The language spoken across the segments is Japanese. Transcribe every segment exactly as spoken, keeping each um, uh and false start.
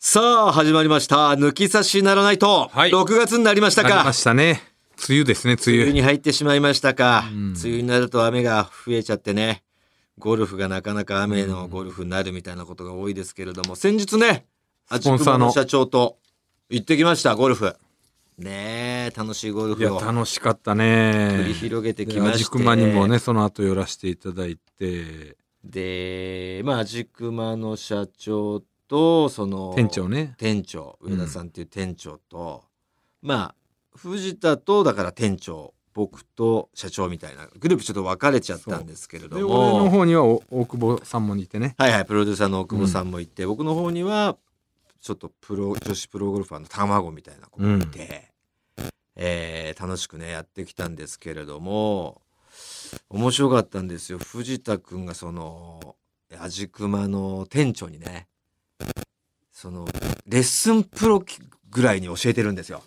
さあ始まりました抜き差しならないと、はい、ろくがつになりましたか。 なりましたね。梅雨ですね。梅雨梅雨に入ってしまいましたか、 うん、 梅雨になると雨が増えちゃってね、ゴルフがなかなか雨のゴルフになるみたいなことが多いですけれども、先日ねアジクマの社長と行ってきました。ゴルフねえ、楽しいゴルフをいや楽しかったね。 繰り広げてきまして、 アジクマにもねその後寄らせていただいて、 でまあアジクマの社長とその店長ね店長上田さんっていう店長と、うん、まあ藤田とだから店長僕と社長みたいなグループちょっと分かれちゃったんですけれども、 で俺の方には大久保さんもいてね、 はいはい、プロデューサーの大久保さんもいて、うん、僕の方にはちょっとプロ女子プロゴルファーの卵みたいな子がいて、うん、えー、楽しくねやってきたんですけれども、面白かったんですよ。藤田くんがそのアジクマの店長にねそのレッスンプロぐらいに教えてるんですよ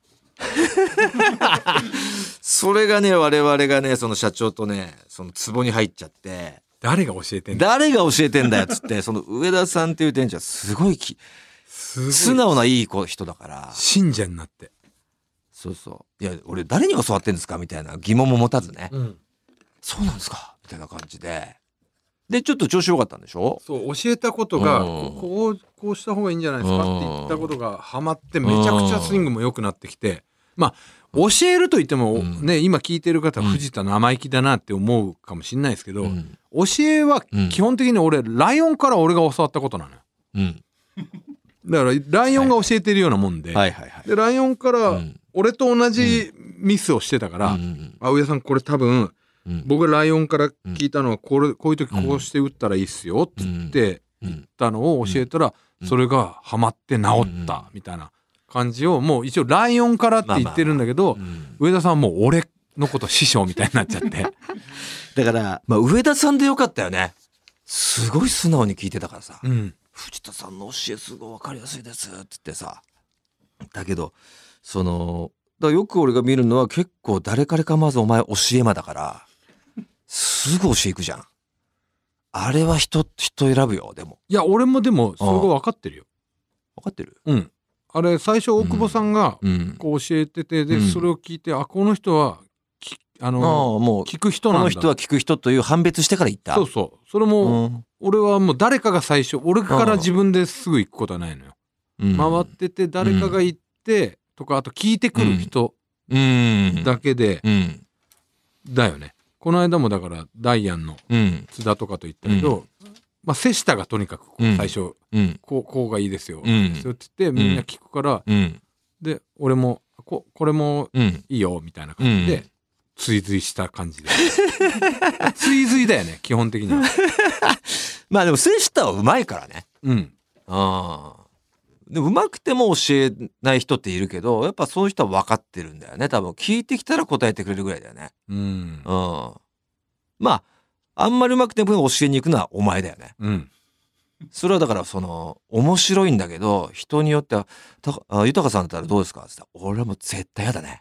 それがね我々がねその社長とねその壺に入っちゃって、 誰が教えてんだ誰が教えてんだよっつってその上田さんっていう店長はすごいきすごい素直ないい子人だから信者になって、 そうそういや俺誰に教わってんですかみたいな疑問も持たずね、 うん、 そうなんですかみたいな感じででちょっと調子良かったんでしょ。 そう教えたことが、うん、こうこうした方がいいんじゃないですかって言ったことがハマってめちゃくちゃスイングも良くなってきて、まあ教えると言っても、うん、ね今聞いてる方は藤田生意気だなって思うかもしれないですけど、うん、教えは基本的に俺、うん、ライオンから俺が教わったことなのよ、 うん、 だからライオンが教えてるようなもんで、 はいはいはいはい、 でライオンから俺と同じミスをしてたから、うん、あ上田さんこれ多分うん、僕がライオンから聞いたのはこれこういう時こうして打ったらいいっすよって言って言ったのを教えたらそれがハマって治ったみたいな感じをもう一応ライオンからって言ってるんだけど、まあまあまあ、上田さんはもう俺のこと師匠みたいになっちゃってだから、まあ、上田さんでよかったよね。すごい素直に聞いてたからさ、 うん、 藤田さんの教えすごい分かりやすいですって言ってさ、だけどそのだよく俺が見るのは結構誰彼構わずお前教え魔だからすぐ教えいくじゃん。あれは人人選ぶよ。でもいや俺もでもそれが分かってるよ。 分かってる。 うんあれ最初大久保さんがこう教えてて、うん、で、うん、それを聞いてあこの人はあのあもう聞く人なんだ、 この人は聞く人という判別してから言った。 そうそうそれも、うん、俺はもう誰かが最初俺から自分ですぐ行くことはないのよ、うん、回ってて誰かが行ってとかあと聞いてくる人だけで、うんうん、だよね。この間もだからダイアンの津田とかと言ったけど、うんまあ、瀬下がとにかく最初、うん、こうこうがいいですよ、うん、そうやって言ってみんな聞くから、うん、で俺も こ, これもいいよみたいな感じで、うん、追随した感じで追随だよね基本的にはまあでも瀬下はうまいからね。 うんあでもうまくても教えない人っているけどやっぱそういう人は分かってるんだよね。多分聞いてきたら答えてくれるぐらいだよね。 うん、うん、 まああんまりうまくても教えに行くのはお前だよね。 うん、 それはだからその面白いんだけど人によってはたあ豊さんだったらどうですかって言ったら俺はもう絶対やだね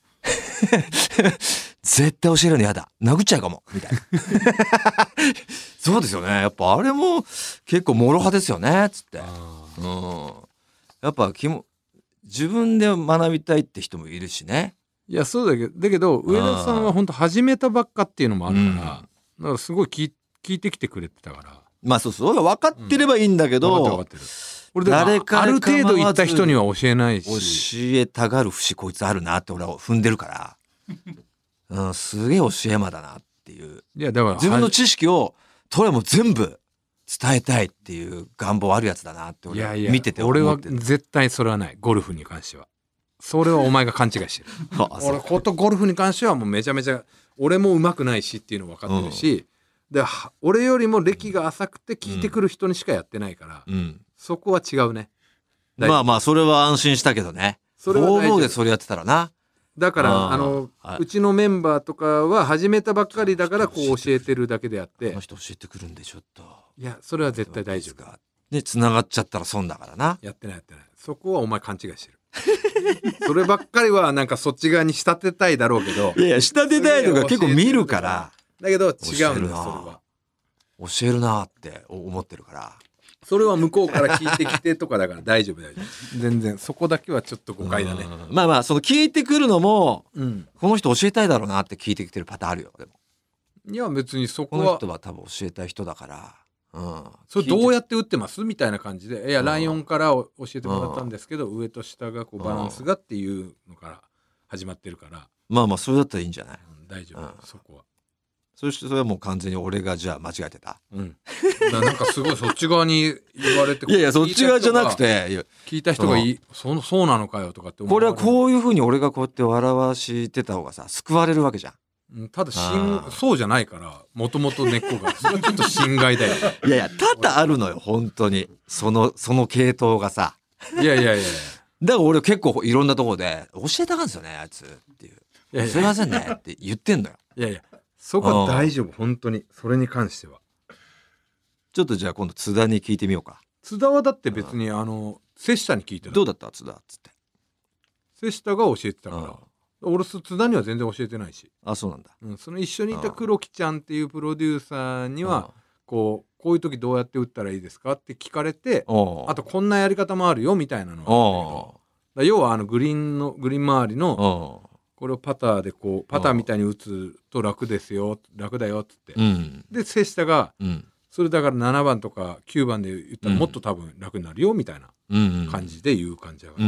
絶対教えるのやだ殴っちゃうかもみたいなそうですよね。やっぱあれも結構諸刃ですよねっつって、うん、やっぱきも自分で学びたいって人もいるしね。 いやそうだけどだけど上田さんは本当始めたばっかっていうのもあるから、うん、だからすごい 聞, 聞いてきてくれてたからまあそうそう分かってればいいんだけど、うん、分かってる分かってる。 俺で誰かある程度言った人には教えないし教えたがる節こいつあるなって俺は踏んでるから、うん、すげえ教え魔だなっていう。 いやだから自分の知識をとれも全部伝えたいっていう願望あるやつだなって俺は見てて思ってる。 俺は絶対それはない。ゴルフに関してはそれはお前が勘違いしてる俺ことゴルフに関してはもうめちゃめちゃ俺も上手くないしっていうの分かってるし、うん、で俺よりも歴が浅くて聞いてくる人にしかやってないから、うん、そこは違うね。 まあまあそれは安心したけどね。それは大丈夫でそれやってたらな。 だからあの、はい、うちのメンバーとかは始めたばっかりだからこう教えてるだけであってこの人教えてくるんでちょっといやそれは絶対大丈夫で繋がっちゃったら損だからな。 やってないやってない。そこはお前勘違いしてるそればっかりはなんかそっち側に仕立てたいだろうけどいや仕立てたいとか結構見るからだけど違うんだよそれは教えるなって思ってるからそれは向こうから聞いてきてとかだから大丈夫大丈夫。全然そこだけはちょっと誤解だね。 まあまあその聞いてくるのも、 うん、 この人教えたいだろうなって聞いてきてるパターンあるよ。でもいや別にそこはこの人は多分教えたい人だから、うん、 それどうやって打ってますみたいな感じで、いやライオンから教えてもらったんですけど、上と下がこうバランスがっていうのから始まってるから、 まあまあそれだったらいいんじゃない、 うん、大丈夫、 うん、 そこは。 そしてそれはもう完全に俺がじゃあ間違えてた。 うん。だなんかすごいそっち側に言われていやいやそっち側じゃなくて聞いた人がいいそのそうなのかよとかって思これはこういうふうに俺がこうやって笑わしてた方がさ救われるわけじゃん。 ただしんそうじゃないからもともと根っこがそれはちょっと心外だよ。 いやいや多々あるのよ本当にそのその系統がさ。 いやいやいやだから俺結構いろんなところで教えたがるんですよねあいつっていう。いやいやすいませんねって言ってんのよ。 いやいやそこは大丈夫本当にそれに関しては。 ちょっとじゃあ今度津田に聞いてみようか。 津田はだって別にあの瀬下に聞いてない。 どうだった津田っつって。 瀬下が教えてたから。俺津田には全然教えてないし。 あそうなんだ、 うん、その一緒にいた黒木ちゃんっていうプロデューサーにはこうこういう時どうやって打ったらいいですかって聞かれて、あとこんなやり方もあるよみたいなのはだ要はあのグリーンのグリーン周りのこれをパターでこうパターみたいに打つと楽ですよ楽だよっつって、うん、で瀬下が、うん、それだからななばんとかきゅうばんで言ったらもっと多分楽になるよみたいな感じで言う感じだから、うん、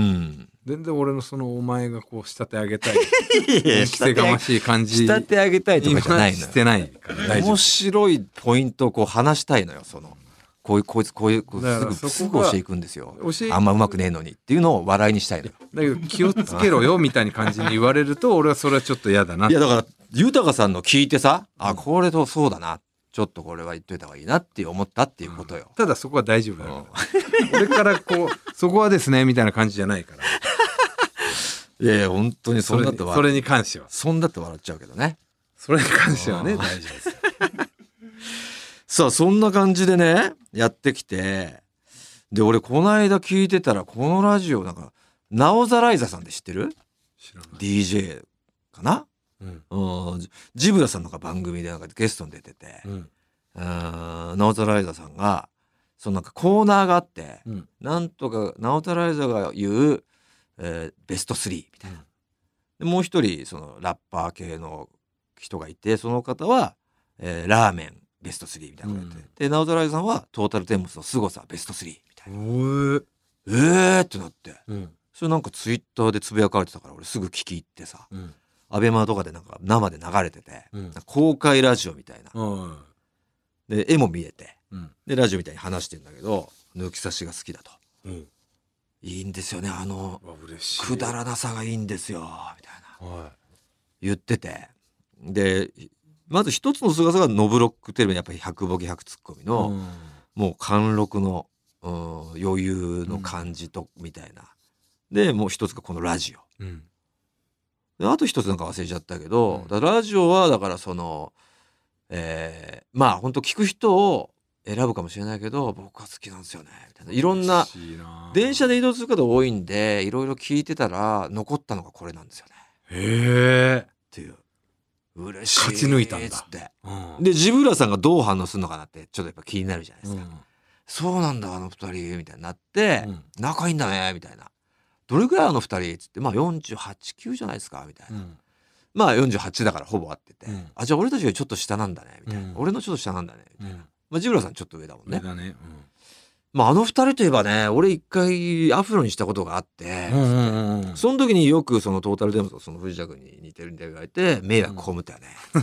全然俺のそのお前がこう仕立て上げたい規制がましい感じ仕立て上げたいとかじゃないのよ。 してないから大丈夫。 面白いポイントをこう話したいのよ。そのこういうこいつこういうこうすぐすぐ教えいくんですよ。あんまうまくねえのにっていうのを笑いにしたいのよ。 だけど気をつけろよみたいな感じに言われると俺はそれはちょっと嫌だな。 いやだから豊さんの聞いてさ、あこれとそうだな。ちょっとこれは言っといた方がいいなって思ったっていうことよ。 うん、ただそこは大丈夫だよ。俺からこうそこはですねみたいな感じじゃないから。 いやいや本当にそんだってそれに関してはそんだって笑っちゃうけどね。 それに関してはね大丈夫です。 さあそんな感じでねやってきて、で俺この間聞いてたらこのラジオなんかナオザライザさんで知ってる？ 知らない。 ディージェー かな。うん、ジブラさんの番組でなんかゲストに出てて、うん、ナオザライザさんがそのなんかコーナーがあって、うん、なんとかナオザライザが言う、えー、ベストスリーみたいな、うん、でもう一人そのラッパー系の人がいてその方は、えー、ラーメンベストスリーみたいなのがやって、うん、でナオザライザさんはトータルテンボスの凄さベストスリーみたいな。えーってなって、うん、それなんかツイッターでつぶやかれてたから俺すぐ聞き入ってさ、うん、アベマとかでなんか生で流れてて、うん、公開ラジオみたいな、うん、で絵も見えて、うん、でラジオみたいに話してんだけど抜き差しが好きだと、うん、いいんですよねあのくだらなさがいいんですよみたいな、はい、言ってて、でまず一つの姿がノブロックテレビのやっぱりひゃくボケひゃくツッコミの、うん、もう貫禄の、うん、余裕の感じと、うん、みたいなでもう一つがこのラジオ、うん、であと一つなんか忘れちゃったけど、うん、だラジオはだからその、えー、まあ本当聞く人を選ぶかもしれないけど僕は好きなんですよねみたいないろんな電車で移動する方多いんでいろいろ聞いてたら残ったのがこれなんですよね。 へーっていう嬉しい勝ち抜いたんだっつって、うん、でジブラさんがどう反応するのかなってちょっとやっぱ気になるじゃないですか、うん、そうなんだあの二人みたいになって、うん、仲いいんだねみたいなどれぐらいあの二人っつってまあよんじゅうはち、きゅうじゃないですかみたいな、うん、まあよんじゅうはちだからほぼ合ってて、うん、あじゃあ俺たちよりちょっと下なんだねみたいな、うん、俺のちょっと下なんだねみたいな、まあ、ジブラさんちょっと上だもんね。 上だね、うん、 まああの二人といえばね俺一回アフロにしたことがあって、うんうんうん、その時によくそのトータルデモとその藤田君に似てるんで言われて迷惑被ったよね、うん、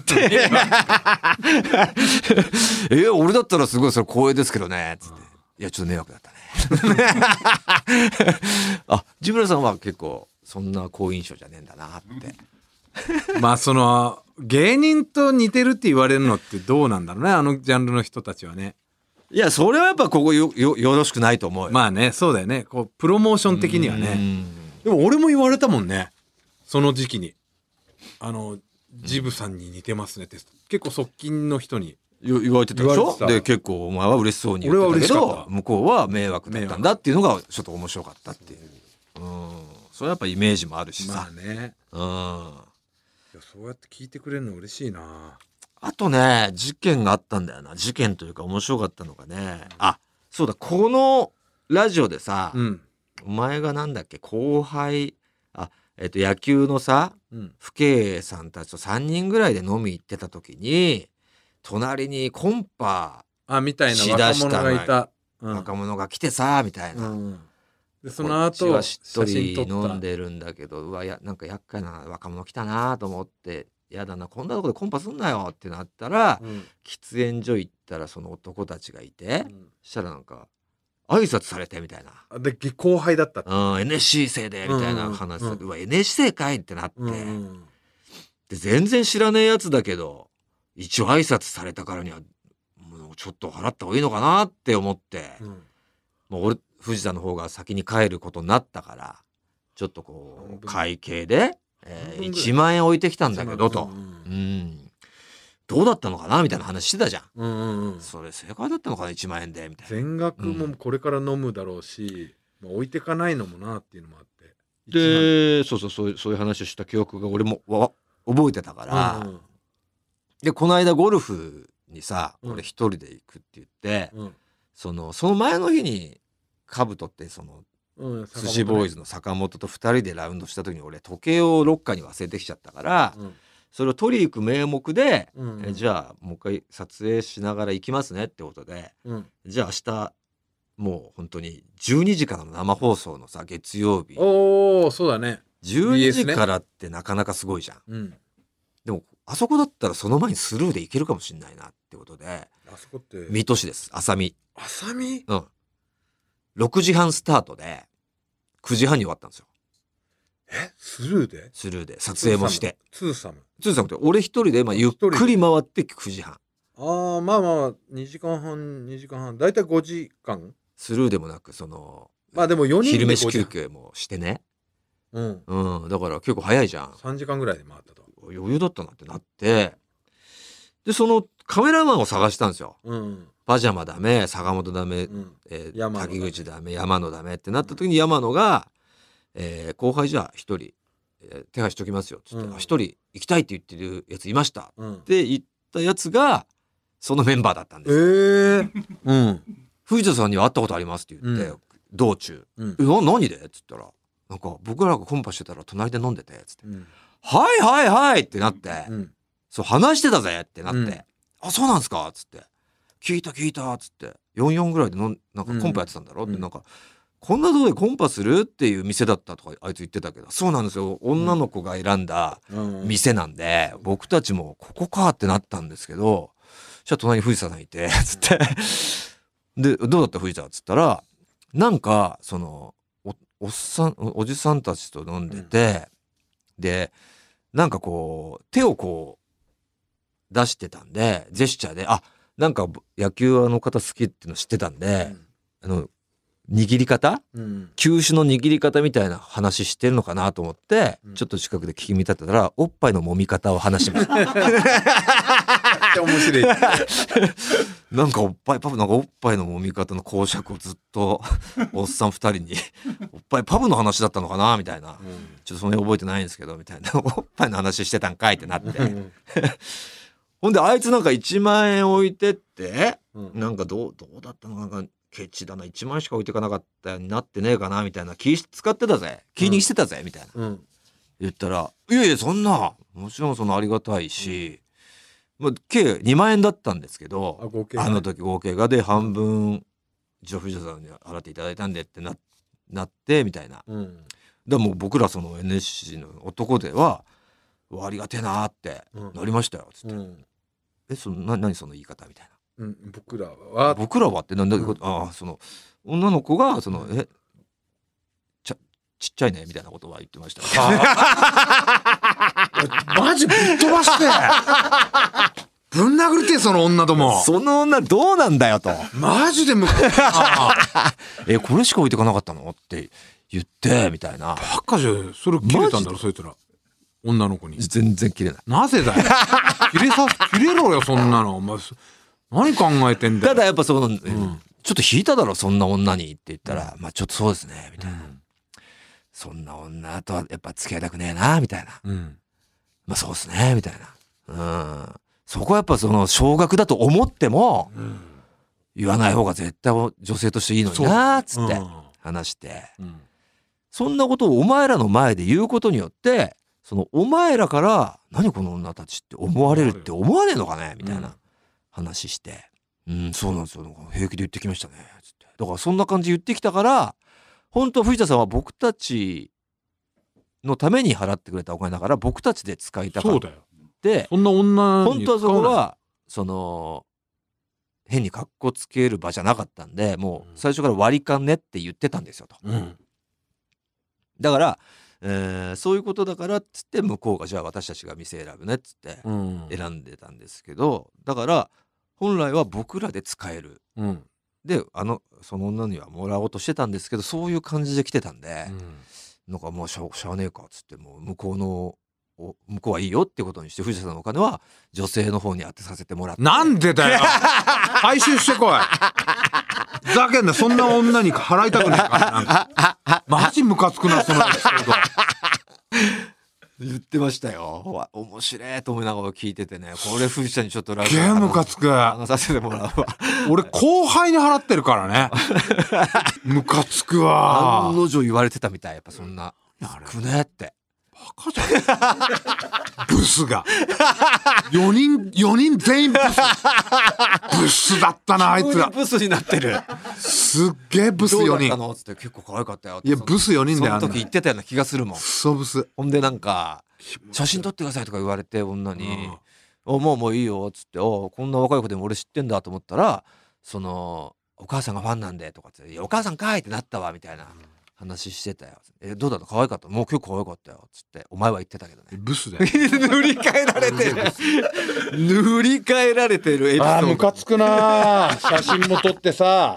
え俺だったらすごいそれ光栄ですけどねつって、うん、いやちょっと迷惑だったねあジブラさんは結構そんな好印象じゃねえんだなってまあその芸人と似てるって言われるのってどうなんだろうねあのジャンルの人たちはね。 いやそれはやっぱここ よ, よ, よろしくないと思うよ。 まあねそうだよねこうプロモーション的にはね。でも俺も言われたもんねその時期にあのジブさんに似てますねって結構側近の人に言われてたでしょ。で結構お前は嬉しそうに言ってたけど向こうは迷惑だったんだっていうのがちょっと面白かったっていう、うん、それはやっぱイメージもあるしさ。 まあね、うん、いやそうやって聞いてくれるの嬉しいな。 あとね事件があったんだよな。事件というか面白かったのがね、あそうだ、このラジオでさ、 うん、 お前がなんだっけ、後輩、あ、えっと、野球のさ、 うん、 父兄さんたちとさんにんぐらいで飲み行ってた時に、隣にコンパあみたいな若者がいた、うん、 若者が来てさみたいな、うん、 でその後こっちはしっとり飲んでるんだけど、うわ、やなんか厄介な若者来たなと思って、やだな、こんなとこでコンパすんなよってなったら、うん、喫煙所行ったらその男たちがいて、うん、そしたらなんか挨拶されてみたいな、 で後輩だったって、 うん、エヌエスシー 生でみたいな話で、うんうん、うわ エヌエスシー 生かいってなって、うんうん、で全然知らねえやつだけど一応挨拶されたからにはもうちょっと払った方がいいのかなって思って、うん、もう俺藤田の方が先に帰ることになったからちょっとこう会計で、えー、いちまんえん置いてきたんだけどと、うん、どうだったのかなみたいな話してたじゃん、うんうんうん、それ正解だったのかないちまんえんでみたいな。 全額もこれから飲むだろうし、うん、まあ、置いてかないのもなっていうのもあって、 でそうそうそうそういう話をした記憶が俺もわ覚えてたから、うんうん、でこの間ゴルフにさ、うん、俺一人で行くって言って、うん、そのその前の日にカブトってその、うん、寿司ボーイズの坂本とふたりでラウンドした時に俺時計をロッカーに忘れてきちゃったから、うん、それを取り行く名目で、うんうん、えじゃあもう一回撮影しながら行きますねってことで、うん、じゃあ明日もう本当にじゅうにじからの生放送のさ月曜日、 おーそうだね、 じゅうにじからってなかなかすごいじゃん、うん、でもあそこだったらその前にスルーで行けるかもしれないなってことで、あそこって水戸市です。浅見浅見、 うん、ろくじはんスタートでくじはんに終わったんですよ。 えスルーでスルーで撮影もしてツーサムツーサムって俺一人でまあゆっくり回ってくじはん、 ああまあまあにじかんはんにじかんはんだいたいごじかんスルーでもなくそのまあでもよにんで昼飯休憩もしてね、うん、うん、だから結構早いじゃん。 さんじかんぐらいで回ったと余裕だったなってなって、でそのカメラマンを探したんですよ、うん、パジャマダメ、坂本ダメ、うん、えー、滝口ダメ、山野ダメってなった時に山野が、えー、後輩じゃあ一人、えー、手配しときますよっつって、うん、一人行きたいって言ってるやついました、うん、って言ったやつがそのメンバーだったんですよ。えーうん、藤田さんには会ったことありますって言って、うん、道中、うん、えな何でっつったらなんか僕らがコンパしてたら隣で飲んでてっつって、うん、はいはいはいってなって、うん、そう話してたぜってなって、うん、あそうなんすかっつって聞いた聞いたっつってよんじゅうよんぐらいでのなんかコンパやってたんだろ、うん、ってなんかこんなとこでコンパするっていう店だったとかあいつ言ってたけど、そうなんですよ、女の子が選んだ店なんで、うん、僕たちもここかってなったんですけど、じゃあ隣に藤田さんいてつってでどうだった藤田っつったらなんかその お, おっさんおじさんたちと飲んでて、うん、でなんかこう手をこう出してたんでジェスチャーであなんか野球の方好きっていうの知ってたんで、うん、あの握り方、うん、球種の握り方みたいな話してるのかなと思って、うん、ちょっと近くで聞き見立てたらおっぱいの揉み方を話しました面白いなんかおっぱいパブなんかおっぱいの揉み方の講釈をずっとおっさんふたりにおっぱいパブの話だったのかなみたいな、うん、ちょっとその辺覚えてないんですけどみたいなおっぱいの話してたんかいってなってほんであいつなんかいちまんえん置いてって、うん、なんかどうどうだったのかなんかケチだな、いちまんしか置いてかなかったようになってねえかなみたいな気使ってたぜ、気にしてたぜ、うん、みたいな、うん、言ったらいやいやそんなもちろんそのありがたいし、うんまあ、計にまんえんだったんですけど あ, 合計、ね、あの時合計がで半分じゃあ藤田さんに払っていただいたんでって な, なってみたいな、うん、でもう僕らその エヌエスシー の男ではありがてえなってなりましたよつって、うん、えそのな何その言い方みたいな、 うん、僕らは僕らはってなんだけど、うん、ああその女の子がその、うん、えちゃちっちゃいねみたいなことは言ってました、ね、 マジぶっ飛ばしてぶん殴るてその女どもその女どうなんだよとマジでむえこれしか置いてかなかったのって言ってみたいな。 バカじゃんそれ切れたんだろそいつら女の子に。 全然切れない。 なぜだよ切れさ切れろよそんなのお前何考えてんだよ。 ただやっぱその、うん、ちょっと引いただろそんな女にって言ったら、うん、まあちょっとそうですねみたいな、うん、そんな女とはやっぱ付き合いたくねえなみたいな、うん、まあそうですねみたいな、うん、そこはやっぱその少額だと思っても、うん、 言わない方が絶対女性としていいのになーっつって話して、うんうん、そんなことをお前らの前で言うことによってそのお前らから何この女たちって思われるって思わねえのかねみたいな話して、うん、うん、そうなんですよ、なんか平気で言ってきましたねつって。だからそんな感じで言ってきたから、本当藤田さんは僕たちのために払ってくれたお金だから僕たちで使いたかった。そうだよ。でそんな女に本当はそこはその変にカッコつける場じゃなかったんで、もう最初から割り勘ねって言ってたんですよと、うん、だから、えー、そういうことだからっつって向こうがじゃあ私たちが店選ぶねっつって選んでたんですけど、だから本来は僕らで使える、うん、であのその女にはもらおうとしてたんですけど、そういう感じで来てたんで、うん、なんかもうしゃ、しゃあねえかっつって、もう向こうの向こうはいいよってことにして藤田さんのお金は女性の方に当てさせてもらって。 なんでだよ回収してこいふざけんな、そんな女に払いたくないからなんかマジムカつくなそのエピソード言ってましたよ。面白いと思いながら聞いててね、これ藤田にちょっとラジオゲームかつく話させてもらうわ俺後輩に払ってるからねムカつくわ。 案の定言われてたみたい、やっぱそんなつくねって。 バカじゃんブスがよにんよにん全員ブスブスだったなあいつら。 ブスになってる。 すっげえブスよにん。 どうだったのつって結構可愛かったよって。 いやブスよにんであんその時言ってたような気がするもん。 クソブス。 ほんでなんか写真撮ってくださいとか言われて女に、うん、おもうもういいよっつって、おこんな若い子でも俺知ってんだと思ったら、そのお母さんがファンなんでとかって、いやお母さんかいってなったわみたいな。うん話してたよ。えどうだった可愛かった？もう結構可愛かったよつってお前は言ってたけどね。 ブスで塗り替えられてる塗り替えられてるエピソード。 あームカつくな写真も撮ってさ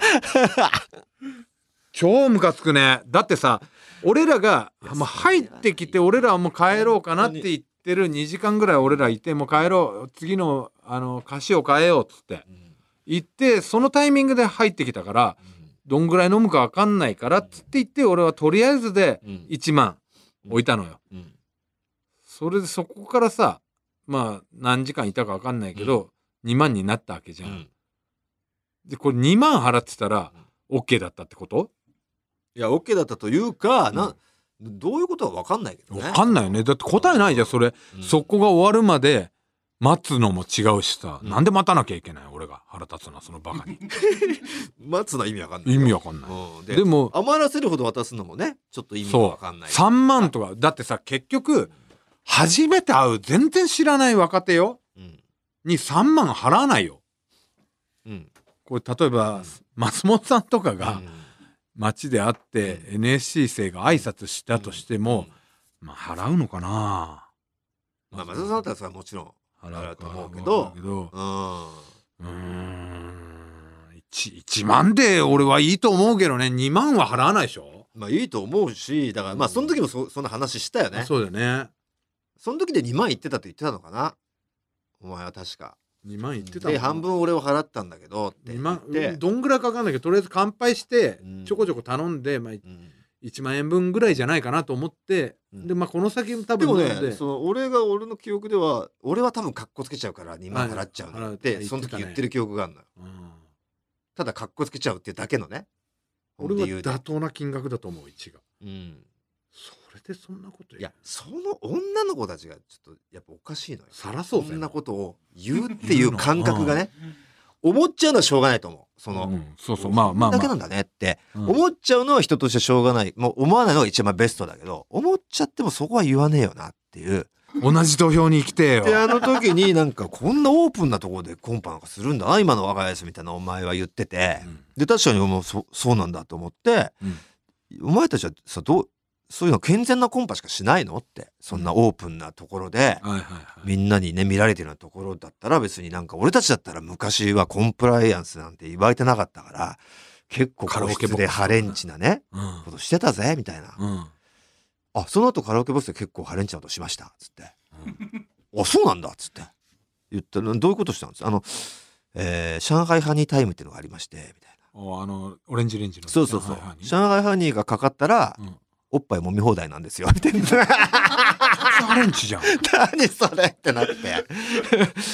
超ムカつくね。だってさ俺らがもう入ってきて俺らはもう帰ろうかなって言ってるにじかんぐらい俺らいて、もう帰ろう次のあの歌詞を変えようっつって言ってそのタイミングで入ってきたから、うんどんぐらい飲むか分かんないからっつって言って俺はとりあえずでいちまん置いたのよ、うんうん、それでそこからさまあ何時間いたか分かんないけど、うん、にまんになったわけじゃん、うん、でこれにまん払ってたら OK だったってこと？ いや OK だったというか、などういうことは分かんないけどね。 分かんないよね。だって答えないじゃんそれ、そこが終わるまで待つのも違うしさ、うん、なんで待たなきゃいけない俺が腹立つなそのバカに待つのは意味わかんない。 意味わかんない、うん、で, でも余らせるほど渡すのもねちょっと意味わかんない。 さんまんとかだってさ結局初めて会う全然知らない若手よ、うん、にさんまん払わないよ、うん、これ例えば、うん、松本さんとかが街で会って、うん、エヌエスシー 生が挨拶したとしても、うん、まあ払うのかな。 まあ松本さんだったらさもちろん払うと思うけど、 うん、うーん 1, いちまんで俺はいいと思うけどね。にまんは払わないでしょ。 まあいいと思うし、だからまあその時も そ, そんな話したよね。 そうだよね。 その時でにまん言ってたと言ってたのかなお前は。確かにまん言ってたのかな。で半分俺を払ったんだけどってにまんどんぐらいかかんないけどとりあえず乾杯してちょこちょこ頼んで、まあ、うんいちまんえんぶんぐらいじゃないかなと思って、うん、でまあこの先多分でもね、その俺が俺の記憶では俺は多分カッコつけちゃうからにまん払っちゃうんだって、はい、その時言ってる記憶があるのよ、うん、ただカッコつけちゃうっていうだけのね。 俺は妥当な金額だと思ういちが、うん、それでそんなこと言う。 いやその女の子たちがちょっとやっぱおかしいのよ。 さらそうぜそんなことを言うっていう感覚がね思っちゃうのはしょうがないと思う。その、うん、 そうそうまあまあ、まあ、 だけなんだねって思っちゃうのは人としてしょうがない。もう思わないのが一番ベストだけど、思っちゃってもそこは言わねえよなっていう。 同じ土俵に生きてよ。 であの時になんかこんなオープンなところでコンパなんかするんだな今の若いやつみたいなお前は言ってて、うん、で確かにもう そ, そうなんだと思って、うん、お前たちはさどうそういうの健全なコンパしかしないのって、そんなオープンなところで、うんはいはいはい、みんなにね見られてるようなところだったら別になんか俺たちだったら昔はコンプライアンスなんて言われてなかったから結構個室でハレンチなね、うん、ことしてたぜみたいな、うん、あその後カラオケボスで結構ハレンチなことしましたっつって、うん、あそうなんだっつって言ったらどういうことしたんですか。あの、えー、上海ハニータイムっていうのがありましてみたいな。 おあのオレンジレンジのそうそうそう上海ハニーがかかったら、うんおっぱい揉み放題なんですよみたいなハレンチじゃん何それってなって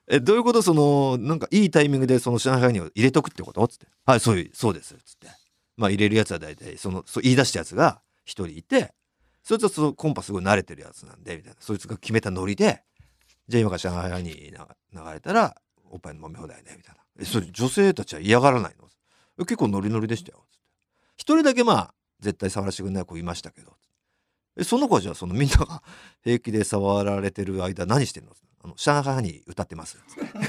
えどういうこと、そのなんかいいタイミングでその上海に入れとくってことつって、はいそういうそうですつって、まあ入れるやつは大体そのそう言い出したやつが一人いて、そいつはそのコンパすごい慣れてるやつなんでみたいな、そいつが決めたノリで、じゃあ今から上海に流れたらおっぱい飲み放題ねみたいな。えそれ女性たちは嫌がらないの？結構ノリノリでしたよ。一人だけまあ絶対触らせてくれない子いましたけど、えその子はじゃあそのみんなが平気で触られてる間何してんの？あの上海に歌ってます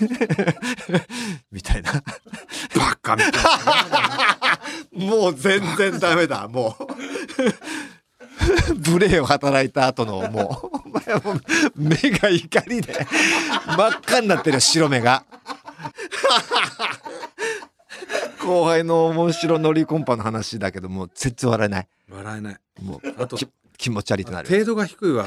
みたいな。 バカみたいなもう全然ダメだもう無礼を働いた後のもうお前も目が怒りで真っ赤になってるよ白目が後輩の面白ノリコンパの話だけどもう全然笑えない笑えない。 もうあと気持ち悪いとなる。 程度が低いわ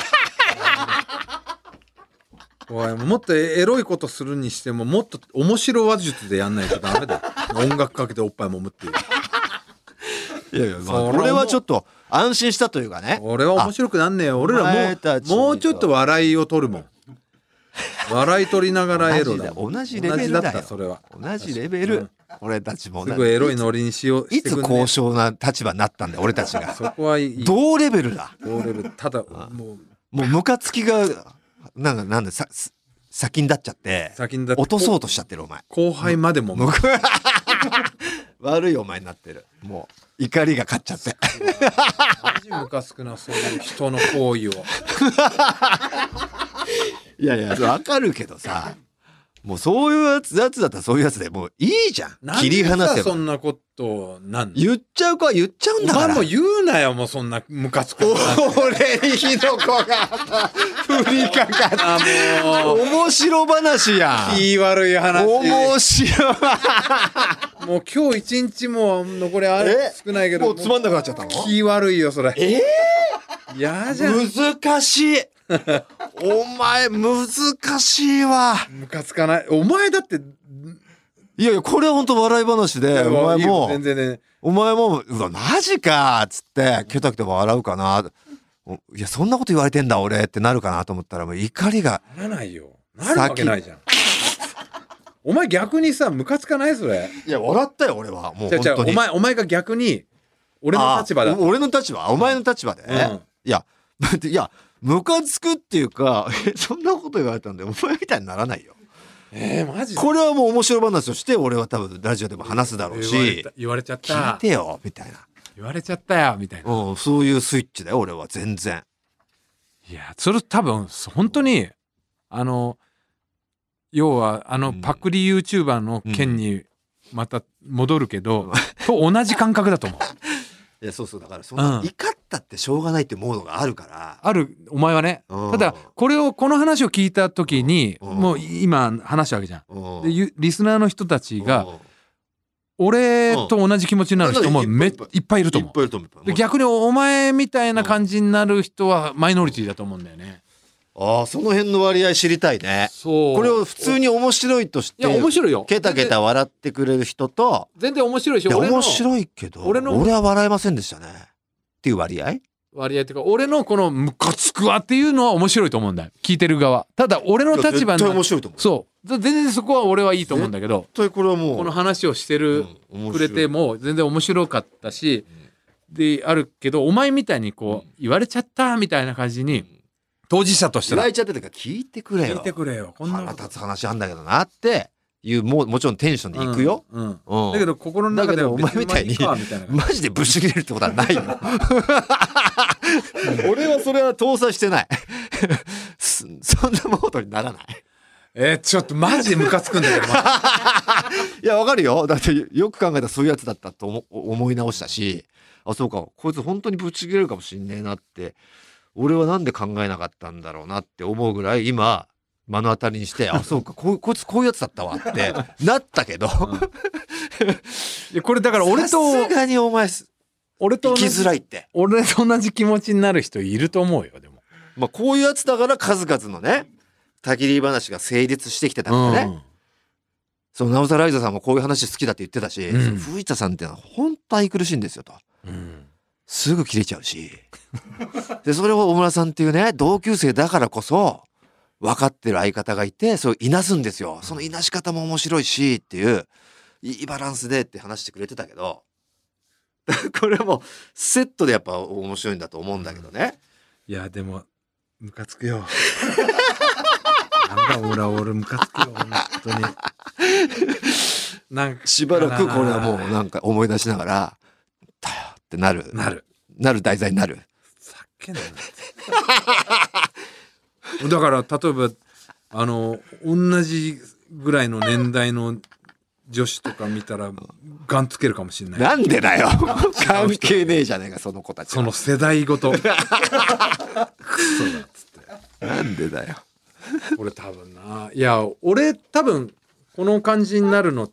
おいもっとエロいことするにしてももっと面白話術でやんないとダメだよ音楽かけておっぱいもむっていういやいや、まあ、俺はちょっと安心したというかね。 俺は面白くなんねえよ。俺らもうもうちょっと笑いを取るもん笑い取りながらエロだ。 同じレベルだよ。 同じだったそれは同じレベル、うん、俺たちもすごいエロいノリにしよう。 いつ高尚な立場になったんだよ俺たちが。 そこはいい同レベルだ。 同レベル。ただもうもうムカつきがなんかなんださ先に立っちゃって先に立って落とそうとしちゃってるお前。 後輩までもも悪いお前になってる。もう怒りが勝っちゃってマジムカつくなそういう人の行為をいやいやわかるけどさ、もうそういうやつやつだったらそういうやつでもういいじゃん。切り離せば。 そんなことなん言っちゃう子は言っちゃうんだから。 お前も言うなよもうそんなムカつく俺に火の粉が降りかかったもう面白話やん。 気悪い話。 面白いもう今日一日も残りあれ少ないけどもうつまんなくなっちゃったの。 気悪いよそれ。 えー、やじゃん。 難しいお前難しいわ。 ムカつかない。お前だっていやいやこれは本当笑い話で、お前も全然ね、 お前もうわマジかっつってケタケタ笑うかな。いやそんなこと言われてんだ俺ってなるかなと思ったらもう怒りがならないよ。なるわけないじゃんお前逆にさムカつかないそれ。 いや笑ったよ俺はもう本当に。 お前お前が逆に俺の立場だ。 俺の立場お前の立場で、うん、いやいやムカつくっていうかえそんなこと言われたんでお前みたいにならないよ。 えー、マジでこれはもう面白話として俺は多分ラジオでも話すだろうし、 言われちゃった聞いてよみたいな、 言われちゃったよみたいな、 うん、そういうスイッチだよ俺は全然。 いやそれ多分本当にあの要はあのパクリ YouTuber の件にまた戻るけど、うん、と同じ感覚だと思ういやそうそうだからそんな、うん、怒ったってしょうがないってモードがあるからあるお前はね、うん、ただこれをこの話を聞いた時に、うん、もう今話したわけじゃん、うん、でリスナーの人たちが、うん、俺と同じ気持ちになる人もめ、うん、いっぱいいると思う。で逆にお前みたいな感じになる人はマイノリティだと思うんだよね。 ああその辺の割合知りたいね。そうこれを普通に面白いとしていや面白いよ。 ケタケタ笑ってくれる人と全然面白いし、 俺の面白いけど俺の俺は笑えませんでしたねっていう割合割合っていうか俺のこのムカつくわっていうのは面白いと思うんだよ聞いてる側。ただ俺の立場に絶対面白いと思う。 そう全然そこは俺はいいと思うんだけど、 絶対これはもうこの話をしてる、うん、くれても全然面白かったし、うん、であるけどお前みたいにこう、うん、言われちゃったみたいな感じに、うん当事者として言われちゃってるから聞いてくれよ聞いてくれよこんな腹立つ話あんだけどなっていうももちろんテンションでいくよ、 うんうんうん、だけど心の中ではお前みたいにマジでぶち切れるってことはないよ俺はそれは搭載してないそんなモードにならない。 えー、ちょっとマジでムカつくんだけどいやわかるよ。だってよく考えたらそういうやつだったと 思, 思い直したし、あそうかこいつ本当にぶち切れるかもしんねえなって俺はなんで考えなかったんだろうなって思うぐらい今目の当たりにしてあそうか こ, こいつこういうやつだったわってなったけど、うん、 いやこれだから俺とさすがにお前俺と生きづらいって俺と同じ気持ちになる人いると思うよ。でもまあこういうやつだから数々のねたぎり話が成立してきてたからね、うん、そのなおさライザさんもこういう話好きだって言ってたし、うん、藤田さんってのは本当愛くるしいんですよと、うんすぐ切れちゃうしでそれを大村さんっていうね同級生だからこそ分かってる相方がいて、そういなすんですよ。そのいなし方も面白いしっていう、いいバランスでって話してくれてたけど、これもセットでやっぱ面白いんだと思うんだけどね。 いやでもムカつくよ。なんだ俺俺ムカつくよ本当に。なんかしばらくこれはもうなんか思い出しながらだよってなるなるなる題材になる。 叫んだな。だから例えばあの同じぐらいの年代の女子とか見たらガンつけるかもしれない。 なんでだよ。関係ねえじゃねえかその子たちは。 その世代ごと。クソだっつって。 なんでだよ。 俺多分ないや俺多分この感じになるのって、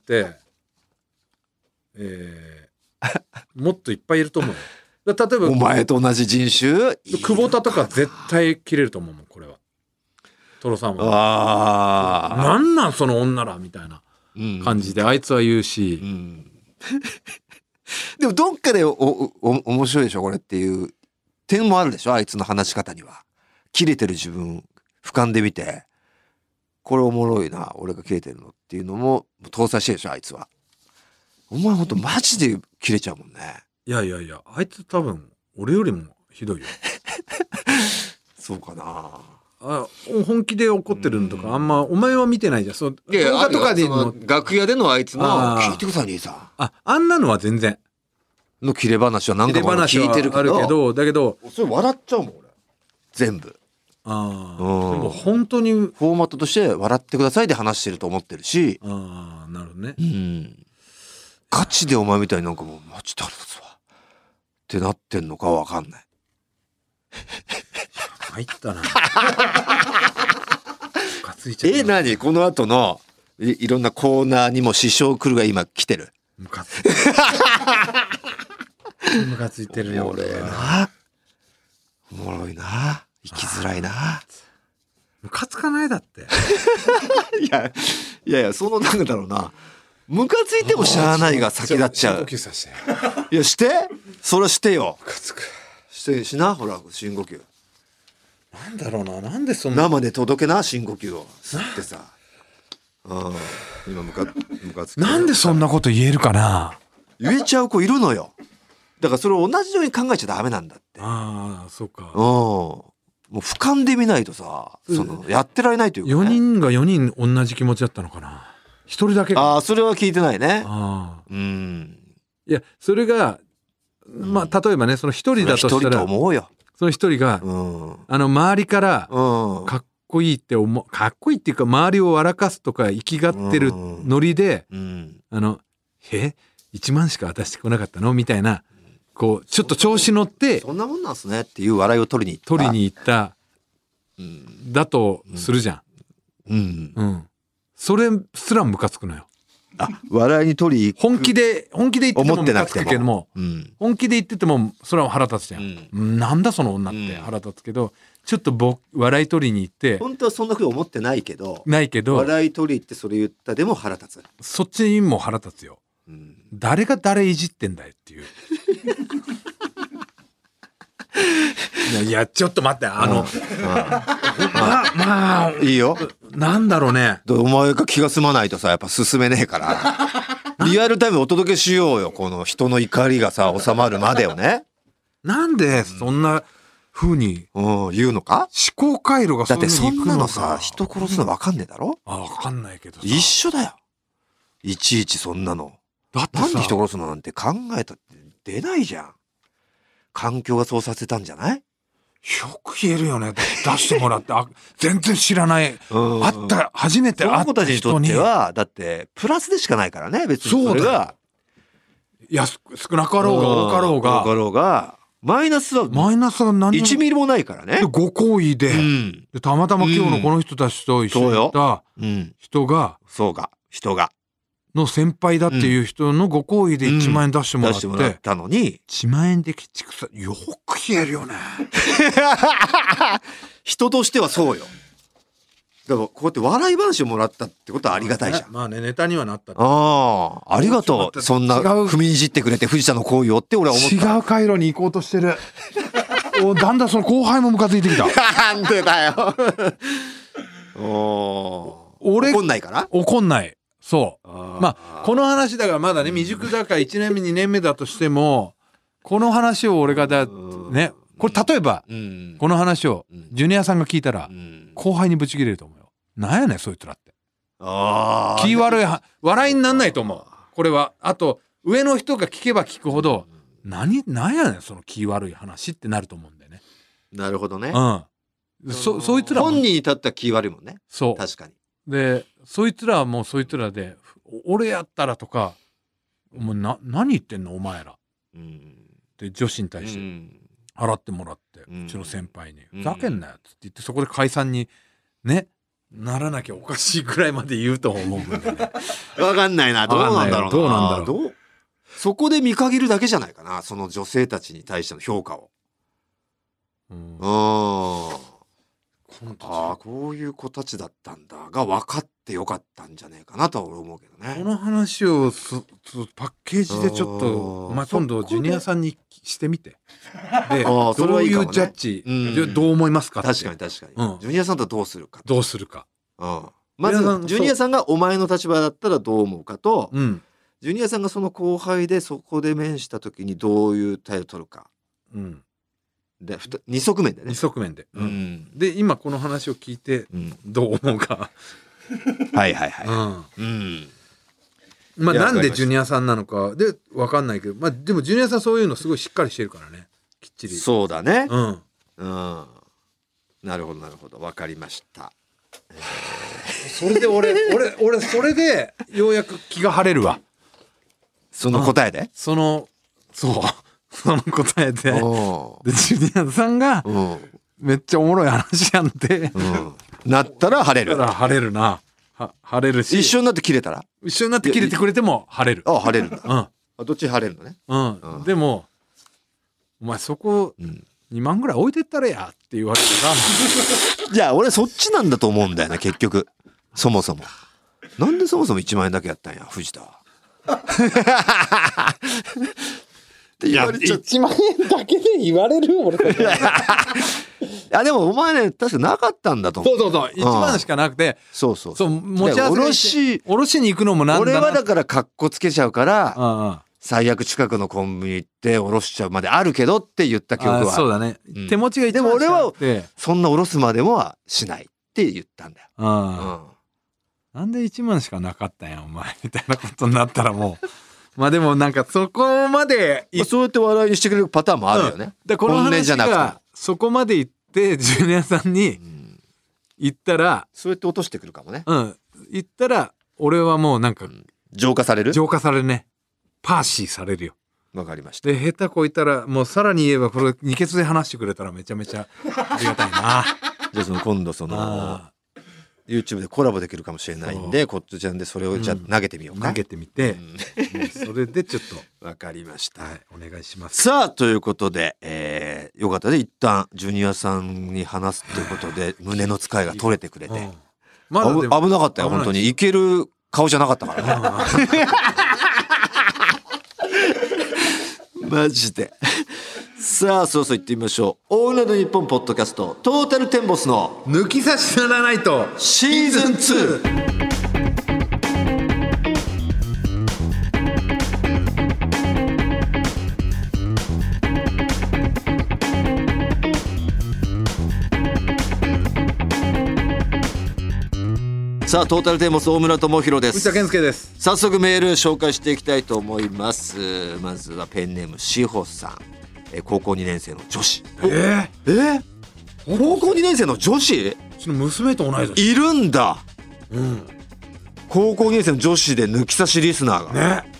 えー、もっといっぱいいると思うよ。例えばお前と同じ人種久保田とか絶対切れると思うもんこれは。トロさんはああなんなんその女らみたいな感じであいつは言うし、 うんうん、でもどっかでおおお面白いでしょこれっていう点もあるでしょ。あいつの話し方には切れてる自分俯瞰で見てこれおもろいな俺が切れてるのっていうのも搭載してるでしょあいつは。お前ほんとマジで切れちゃうもんね。 いやいやいやあいつ多分俺よりもひどいよ。 そうかなあ本気で怒ってるのとかあんまお前は見てないじゃん。そういやいや動画とかでの楽屋でのあいつのあー聞いてください兄さんああんなのは全然の切れ話は何切れかも聞いてるけど話はあるけどだけどそれ笑っちゃうもん俺全部。 ああ、 うん、 でも本当にフォーマットとして笑ってくださいで話してると思ってるし、 ああなるほどね、 うん、ガチでお前みたいになんかもうマジで腹立つわってなってんのかわかんない。 入ったな。かついちゃうえ何この後の い, いろんなコーナーにも支障来るが今来てる。 ムカついてる。ムカついてるよ俺なおもろいな生きづらいな。 ムカつかないだっていやいやいやそのなんだろうなムカついてもしゃあないが先立っちゃう。 深呼吸させて。 いやしてそれはしてよ。 ムカつく。 してしなほら深呼吸。 なんだろうななんでそんな生で届けな深呼吸を吸ってさ。あ今ムカムカつく。 なんでそんなこと言えるかな。 言えちゃう子いるのよ。だからそれを同じように考えちゃダメなんだって。 ああそうか。 うんもう俯瞰で見ないとさそのやってられないというか、ね、 よにんがよにん同じ気持ちだったのかな。ひとりだけか。 ああそれは聞いてないね。 あうんいやそれがまあ例えばねそのひとりだとしたらひとりと思うよ。 そのひとりが、 うん、 あの周りからうん、 かっこいいって思うかっこいいっていうか周りを笑かすとか生きがってるノリで、 うん、 あのえいちまんしか渡してこなかったのみたいなこうちょっと調子乗ってそんなもんなんすねっていう笑いを取りに行った取りに行った、 うん、 だとするじゃん、 うんうん、それすらムカつくのよ。 あ笑いに取り行く本気で本気で言っててもムカつくけども、 うん、 本気で言っててもそれは腹立つじゃん、 うん、 なんだその女って腹立つけど、うん、ちょっとぼ笑い取りに行って本当はそんなふうに思ってないけどないけど笑い取りってそれ言ったでも腹立つ。 そっちにも腹立つよ、うん、誰が誰いじってんだよっていういやちょっと待ってあの、うん、まあまあいいよなんだろうねお前が気が済まないとさやっぱ進めねえからリアルタイムでお届けしようよこの人の怒りがさ収まるまでをね。 なんでそんな風に、 うん、言うのか思考回路がそういう風にいくのか。だってそんなのさ人殺すの分かんねえだろ。 あ分かんないけどさ一緒だよいちいちそんなのだってなんで人殺すのなんて考えたって出ないじゃん。環境がそうさせたんじゃない。 よく言えるよね出してもらってあ全然知らない会った初めて会った人にその子たちにとってはだってプラスでしかないからね別にそれがいや少なかろうが多かろうが多かろうがマイナスはマイナスは何いちミリもないからね。 ご好意で、うん、でたまたま今日のこの人たちと一緒にいた人が、 うん、そうか人がの先輩だっていう人のご好意でいちまんえん出してもらって、うん、出してもらったのにいちまんえんで鬼畜さよく言えるよね人としてはそうよ。だからこうやって笑い話をもらったってことはありがたいじゃん。 まあねネタにはなった。 ああありがとうそんな踏みにじってくれて藤田の行為をって俺は思った。 違う回路に行こうとしてるおだんだんその後輩もムカついてきたなんでだよお俺怒んないから怒んないそうあまあこの話だからまだね未熟だからいちねんめにねんめだとしてもこの話を俺がだねこれ例えばうんこの話をうんジュニアさんが聞いたらうん後輩にブチ切れると思うよ。なんやねんそいつらってあー気悪いは笑いになんないと思うこれは。あと上の人が聞けば聞くほど何なんやねんその気悪い話ってなると思うんだよね。 なるほどね。 うんそそいつらも本人に立ったら気悪いもんね。 そう確かに。 でそいつらはもうそいつらで俺やったらとかもうな何言ってんのお前らっうんて女子に対してうん払ってもらって、 うんうちの先輩にうんふざけんなよって言ってそこで解散にねならなきゃおかしいくらいまで言うと思うんだよね。 わかんないな。どうなんだろうな。 どうなんだろうどうそこで見限るだけじゃないかな。その女性たちに対しての評価を。 うんうん。 今度ああ、こういう子たちだったんだが分かってよかったんじゃねえかなとは俺思うけどこね。 の話をそそパッケージでちょっとうんお前今度ジュニアさんにしてみてでああそれどうはいいかもねいうジャッジ、 うんでどう思いますかって確かに確かに、 うんジュニアさんとどうするか。 どうするか。 うん、まずジュニアさんジュニアさんがお前の立場だったらどう思うかと、 うんジュニアさんがその後輩でそこで面した時にどういう態度を取るかうんでふた二側面でね二。側面で、 う、んで今この話を聞いてうん、 どう思うか、 はいはいはい。 うんうん、 まあいやなんでジュニアさんなのかで分かんないけど、まあでもジュニアさんそういうのすごいしっかりしてるからねきっちり。 そうだね。 うんうん、なるほどなるほど、わかりました。 それで俺俺俺それでようやく気が晴れるわ。 その答えで。 そのそうその答えでおでジュニアさんがーうんめっちゃおもろい話やんてうん、なったら晴れる。 だから晴れるなは晴れるし一緒になって切れたら、 一緒になって切れてくれても晴れる。 あ晴れるんだ。 うんあどっち晴れるのね。 うん、 うんでもお前そこうん、 にまんぐらい置いてったらやって言われたじゃあ俺そっちなんだと思うんだよね結局。そもそもなんでそもそもいちまん円だけやったんや藤田は。って言われちゃっいちまん円だけで言われる俺いやでもお前ね確かなかったんだと思う。 そうそうそういちまんしかなくてそうそうそう持ち合わせおろしおろしに行くのもなんだな俺はだからカッコつけちゃうからうんうん最悪近くのコンビニ行っておろしちゃうまであるけどって言った記憶あはそうだね、 うん手持ちが一番でも俺はしかなくてそんなおろすまでもはしないって言ったんだよ。 うんうんなんでいちまんしかなかったんやお前みたいなことになったらもうまあでもなんかそこまでいまあそうやって笑いにしてくれるパターンもあるよね。 でこの本音話じゃなくてがそこまで行ってジュニアさんにうん言ったらそうやって落としてくるかもね。 うん言ったら俺はもうなんか浄化される。 浄化されるねパーシーされるよ。 わかりました。 で下手こいたらもうさらに言えばこれ二ケツで話してくれたらめちゃめちゃありがたいな。 じゃあその今度そのあ YouTube でコラボできるかもしれないんでコットちゃんでそれをじゃあ投げてみようか。 ー投げてみて、 うんもうそれでちょっとわかりました。 はいお願いします。 さあということで、えーよかったで一旦ジュニアさんに話すっていうことで胸の使いが取れてくれて、 うんまだでも危危なかったよ危ない本当にいける顔じゃなかったからねマジで。さあそうそう言ってみましょう。オールナイトニッポンポッドキャストトータルテンボスの抜き差しならないとシーズンツー。さあトータルテンボス大村智弘です。 藤田健介です。 早速メール紹介していきたいと思います。まずはペンネームしほさん、え高校にねん生の女子。 ええー、高校にねん生の女子ー、うちの娘と同い年。 いるんだ。 うん高校にねん生の女子で抜き差しリスナーが、 ね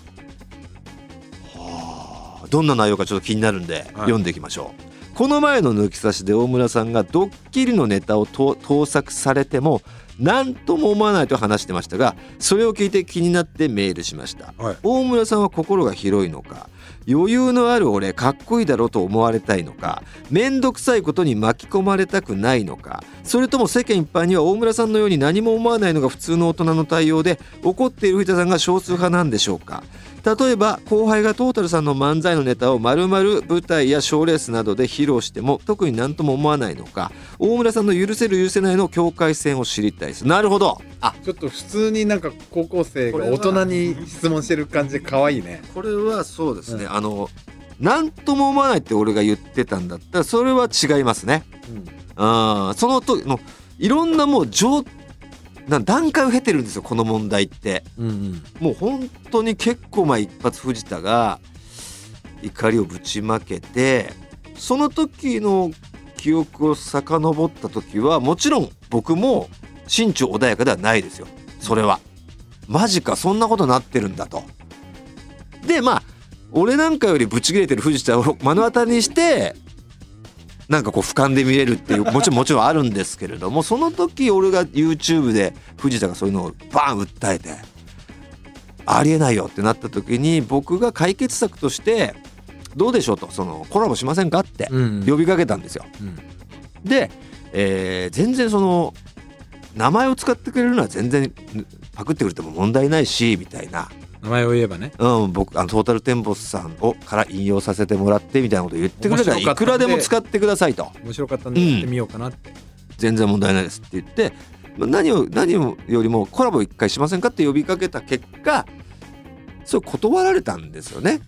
どんな内容かちょっと気になるんで、読んでいきましょう。この前の抜き差しで大村さんがドッキリのネタをと盗作されても何とも思わないと話してましたが、それを聞いて気になってメールしました。 はい大村さんは心が広いのか、余裕のある俺かっこいいだろうと思われたいのか、めんどくさいことに巻き込まれたくないのか、それとも世間一般には大村さんのように何も思わないのが普通の大人の対応で怒っている藤田さんが少数派なんでしょうか。 例えば後輩がトータルさんの漫才のネタを丸々舞台や賞レースなどで披露しても特に何とも思わないのか、大村さんの許せる許せないの境界線を知りたいです。なるほど。 あ、ちょっと普通になんか高校生が大人に質問してる感じで可愛いね。 これはそうですね、うん、あの何とも思わないって俺が言ってたんだったらそれは違いますね、うん、あその時のいろんなもう上な段階を経てるんですよこの問題って、うんうん、もう本当に結構前一発藤田が怒りをぶちまけて、その時の記憶を遡った時はもちろん僕も心中穏やかではないですよ。それはマジかそんなことなってるんだと。でまあ俺なんかよりブチ切れてる藤田を目の当たりにしてなんかこう俯瞰で見れるっていうもちろんもちろんあるんですけれども、その時俺が YouTube で藤田がそういうのをバン訴えてありえないよってなった時に僕が解決策としてどうでしょうと、そのコラボしませんかって呼びかけたんですよ、うんうん、で、えー、全然その名前を使ってくれるのは全然パクってくれても問題ないしみたいな、 名前を言えばね、 うん、僕あのトータルテンボスさんをから引用させてもらってみたいなこと言ってくれたらいくらでも使ってくださいと、 面白かったんでやってみようかなって、うん、 全然問題ないですって言って、何を何をよりもコラボ一回しませんかって呼びかけた結果それ断られたんですよね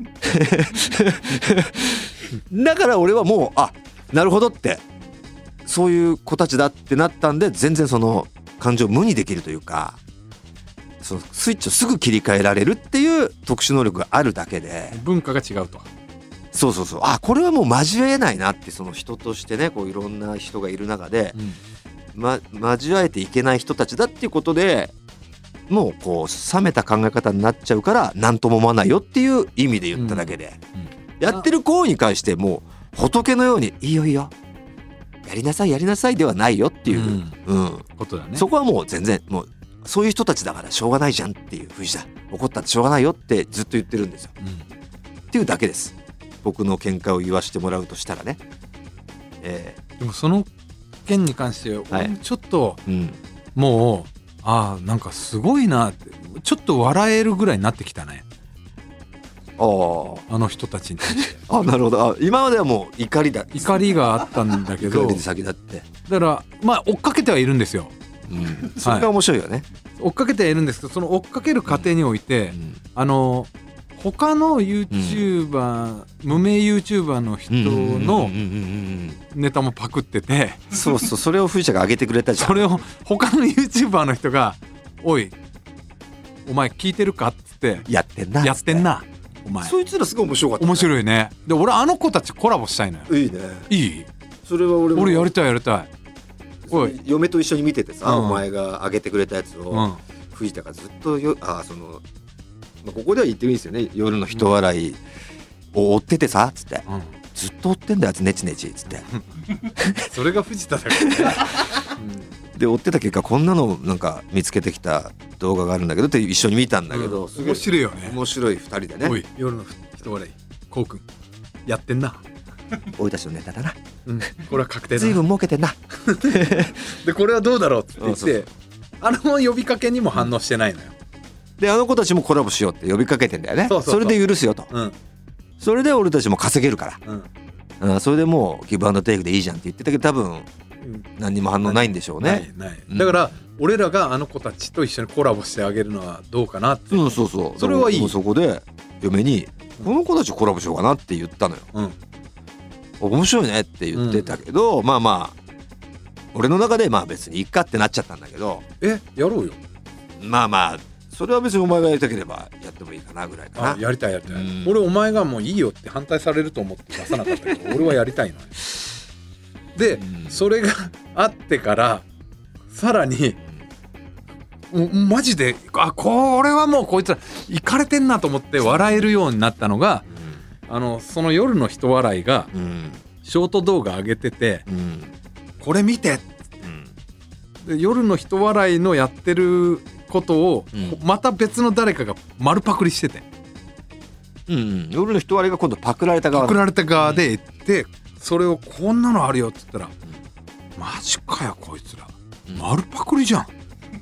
だから俺はもうあなるほどってそういう子たちだってなったんで、全然その感情を無にできるというか、そのスイッチをすぐ切り替えられるっていう特殊能力があるだけで、 文化が違うと。 そうそうそう、あこれはもう交えないなって、その人としてねこういろんな人がいる中で、うんま、交えていけない人たちだっていうことでもうこう冷めた考え方になっちゃうから何とも思わないよっていう意味で言っただけで、うんうん、やってる行為に関してもう仏のようにいいよいいよやりなさいやりなさいではないよっていう、うんうん、ことだね。 そこはもう全然もうそういう人たちだからしょうがないじゃんっていう、藤田怒ったってしょうがないよってずっと言ってるんですよ、うん、っていうだけです。僕の見解を言わしてもらうとしたらね、 えー、でもその件に関してはちょっと、はいうん、もうあなんかすごいなってちょっと笑えるぐらいになってきたね。ああの人たちに対してあなるほど。あ今まではもう怒りだ怒りがあったんだけど怒りで先だってだからまあ追っかけてはいるんですよ、 うん、それが面白いよね、はい、 追っかけてはいるんですけど、その追っかける過程において、うんうん、あの他の YouTuber、うん、無名 YouTuber の人のネタもパクってて、 そうそうそれを藤田が上げてくれたじゃん。 それを他の YouTuber の人がおいお前聞いてるかっつってやってんなやってんなお前。 そいつらすごい面白かった、ね、 面白いね。で俺あの子たちコラボしたいのよ。 いいね。 いいそれは俺も俺やりたいやりたい。 おい嫁と一緒に見ててさ、うん、お前が上げてくれたやつを、うん、藤田がずっとよあそのここでは言ってもいいですよね。夜の人笑いを追っててさつって、うん、ずっと追ってんだやつネチネチつってそれが藤田だからね、 うん、で追ってた結果こんなのなんか見つけてきた動画があるんだけどって一緒に見たんだけど、 うん、面白いよね。 面白いふたりでね。 おい夜の人笑いこうくんやってんな俺たちのネタだな、 うん、これは確定だ随分儲けてんなでこれはどうだろうって言ってそうそうあの呼びかけにも反応してないのよ。 であの子たちもコラボしようって呼びかけてんだよね。そうそうそうそれで許すよと、うん、それで俺たちも稼げるから、うん、それでもうギブアンドテイクでいいじゃんって言ってたけど多分何にも反応ないんでしょうね。 ないない、うん、だから俺らがあの子たちと一緒にコラボしてあげるのはどうかなって、 うん、そうそうそれはいい。 もうそこで嫁にこの子たちコラボしようかなって言ったのよ、うん、面白いねって言ってたけど、うん、まあまあ俺の中でまあ別にいっかってなっちゃったんだけど、 えやろうよ。 まあまあそれは別にお前がやりたければやってもいいかなぐらいかな。 あやりたいやりたい、うん、俺お前がもういいよって反対されると思って出さなかったけど俺はやりたいので、うん、それがあってからさらにもうマジであこれはもうこいつらイカれてんなと思って笑えるようになったのが、うん、あのその夜の人笑いが、うん、ショート動画上げてて、うん、これ見て、うん、で夜の人笑いのやってることを、うん、また別の誰かが丸パクリしてて、 うんうん、夜の人笑いが今度パクられた側パクられた側で言って、うん、それをこんなのあるよって言ったら、うん、マジかよこいつら、うん、丸パクリじゃん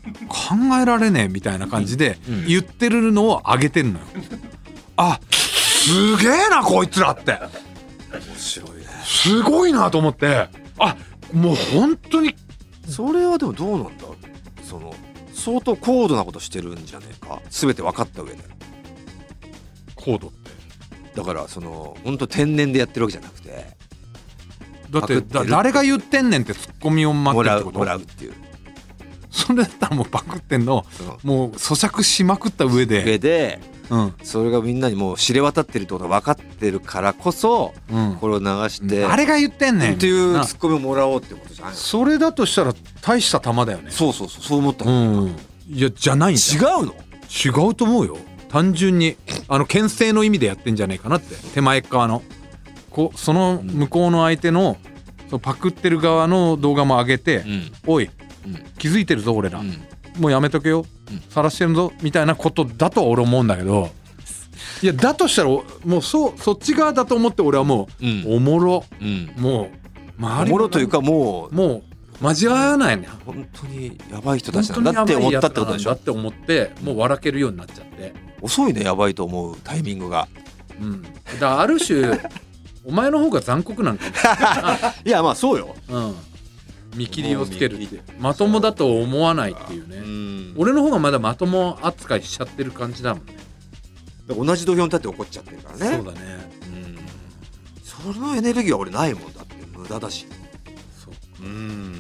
考えられねえみたいな感じで言ってるのを上げてんのよ。あ、すげえなこいつらって。 面白いね。 すごいなと思って、あ、もう本当に。 それはでもどうなんだ、その相当高度なことしてるんじゃねえか、全て分かった上で。 高度ってだからその本当天然でやってるわけじゃなくて、 だってだ誰が言ってんねんってツッコミを待ってるってこと。 もらうもらうっていう。 それだったらもうパクってんの、もう咀嚼しまくった上で上で、 うん、 それがみんなにもう知れ渡ってるってことが分かってるからこそ、うん、これを流してあれが言ってんねんっていうツッコミをもらおうってことじゃないの。 それだとしたら大した玉だよね。 そうそうそう、そう思った、 うん、いやじゃないんだ。 違うの。 違うと思うよ。単純にあの牽制の意味でやってんじゃねえかなって。手前側のこその向こうの相手の、そのパクってる側の動画も上げて、うん、おい、うん、気づいてるぞ俺ら、うん、もうやめとけよ、うん、晒してるぞみたいなことだとは俺思うんだけど、いやだとしたらもうそそっち側だと思って俺はもう、うん、おもろ、うん、もう周りおもろというかもうもう交わらないね。 本当にやばい人たちなんだって思ったってことでしょ。 だって思ってもう笑けるようになっちゃって。 遅いね、やばいと思うタイミングが。 うん、だからある種お前の方が残酷なんかもしれないいやまあそうよ、 うん、見切りをつけるってまともだと思わないっていうね。うん、俺の方がまだまとも扱いしちゃってる感じだもんね。 同じ土俵に立って怒っちゃってるからね。 そうだね、 うん、そのエネルギーは俺ないもんだって。無駄だし。 そう、うん、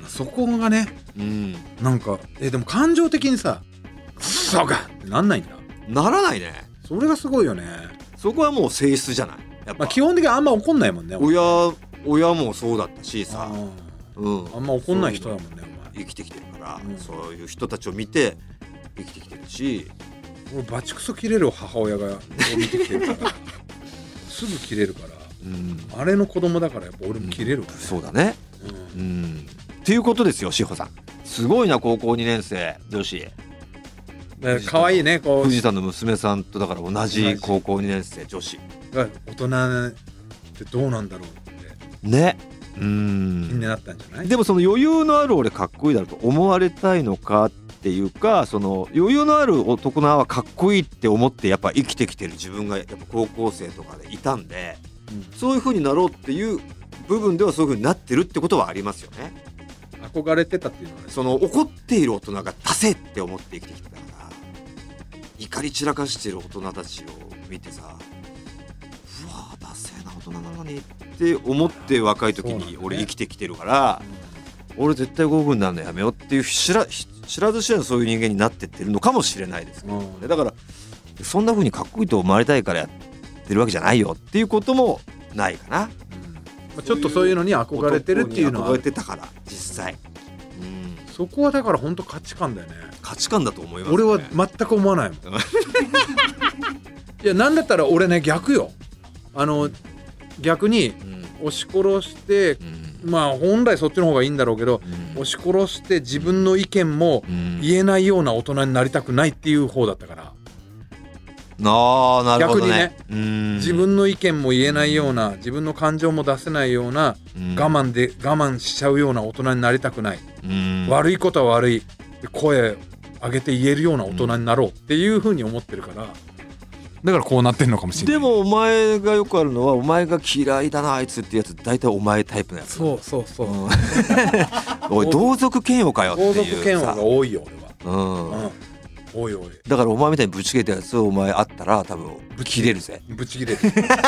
そこがね、うん、なんかえでも感情的にさそうかってなんないんだ。 ならないね。 それがすごいよね。そこはもう性質じゃない。やっぱ、 まあ、基本的にあんま怒んないもんね。 親親もそうだったしさ、 あ、うん、あんま怒んない人だもんね。お前生きてきてるから、うん、そういう人たちを見て生きてきてるし。 俺バチクソ切れる母親が見てきてるからすぐ切れるから、うん、あれの子供だからやっぱ俺も切れるわね、 うん、そうだね、うんうん、っていうことですよ。志保さんすごいな。高校にねん生女子かわいいね。こう藤田の娘さんとだから同じ高校にねん生女子。 大人ってどうなんだろうってね、うーん気になったんじゃない。 でもその余裕のある俺かっこいいだろうと思われたいのかっていうか、その余裕のある男のはかっこいいって思ってやっぱ生きてきてる自分がやっぱ高校生とかでいたんで、うん、そういう風になろうっていう部分ではそういう風になってるってことはありますよね。 憧れてたっていうのは、ね、 その怒っている大人がダセって思って生きてきたから、怒り散らかしている大人たちを見てさ、うわダセーな大人なのにって思って若い時に俺生きてきてるから、ね、うん、俺絶対豪軍になるのやめようっていう知ら、知らず知らずそういう人間になってってるのかもしれないですけど、ね、うん、だからそんな風にかっこいいと思われたいからやってるわけじゃないよっていうこともないかな。 ちょっとそういうのに憧れてるっていうのは憧れてたから実際、 うん、そこはだから本当価値観だよね。 価値観だと思いますね。 俺は全く思わないもんいやなんだったら俺ね逆よ。あの逆に押し殺して、うん、まあ本来そっちの方がいいんだろうけど、うん、押し殺して自分の意見も言えないような大人になりたくないっていう方だったから。 あーなるほどね。 逆にね、うん、自分の意見も言えないような、自分の感情も出せないような、うん、我慢で我慢しちゃうような大人になりたくない、うん、悪いことは悪い、声上げて言えるような大人になろうっていう風に思ってるから、だからこうなってんのかもしれない。 でもお前がよくあるのは、お前が嫌いだなあいつってやつ大体お前タイプのやつ。 そうそうそう、うん、 おい同族嫌悪かよっていうさ。同族嫌悪が多いよ俺は、うんうん、おいおい。だからお前みたいにぶち切れたやつをお前あったら多分ぶち切れるぜ。 ぶち切れる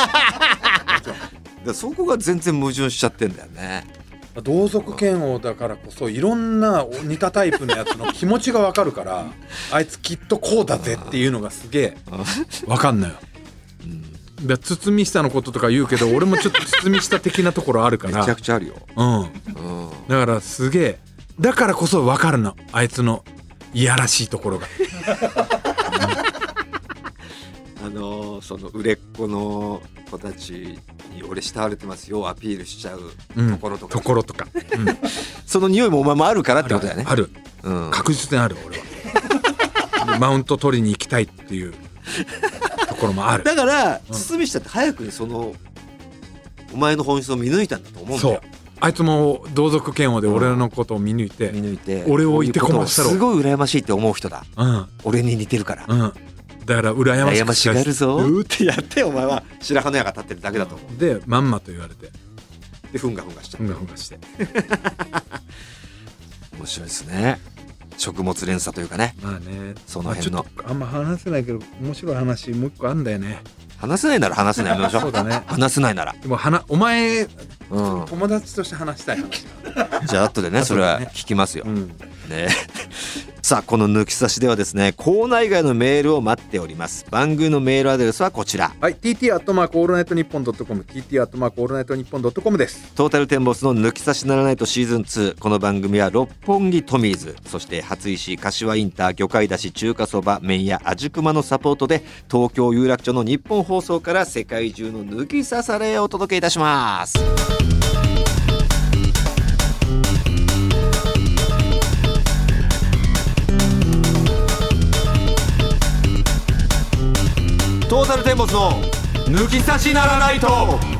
だそこが全然矛盾しちゃってんだよね。 同族嫌悪だからこそいろんな似たタイプのやつの気持ちが分かるからあいつきっとこうだぜっていうのがすげえ分かんのよ、うん、だ堤下のこととか言うけど俺もちょっと堤下的なところあるからめちゃくちゃあるよ、 うん、うん、だからすげえだからこそ分かるのあいつのいやらしいところがあのー、その売れっ子の子たちに俺慕われてますよアピールしちゃうところとか、 うん、ところとか、うん、 その匂いもお前もあるからってことだよね。 ある、うん、確実にある俺はマウント取りに行きたいっていうところもある。 だから堤下って早くにそのお前の本質を見抜いたんだと思うんだよ。 あいつも同族嫌悪で俺のことを見抜いて、 見抜いて俺を置いてこましたろ。 すごい羨ましいって思う人だ、うん、俺に似てるから、うん、 だから羨ましく羨ましがるぞうってやってお前は白羽の矢が立ってるだけだと思う。 でまんまと言われて、 でふんがふんがしちゃう、 ふんがふんがして面白いですね。食物連鎖というかね。 まあね、 その辺の、 まあ、あんま話せないけど面白い話もう一個あんだよね。 話せないなら話せないやめましょう。 そうだね。 話せないなら。 でも話お前、うん、友達として話したい話。 じゃあ後でねそれは聞きますよ。うん、ね。さあこの抜き差しではですね、コーナー以外のメールを待っております。番組のメールアドレスはこちら。 はい、ティーティー アットマークオールナイトニッポンドットコム、ティーティー アットマークオールナイトニッポンドットコムです。 トータルテンボスの抜き差しならないとシーズンツー。この番組は六本木トミーズ、そして初石柏インター、魚介だし、中華そば、麺屋あじくまのサポートで東京有楽町の日本放送から世界中の抜き差されをお届けいたします。トータルテンボスの抜き差しならないと。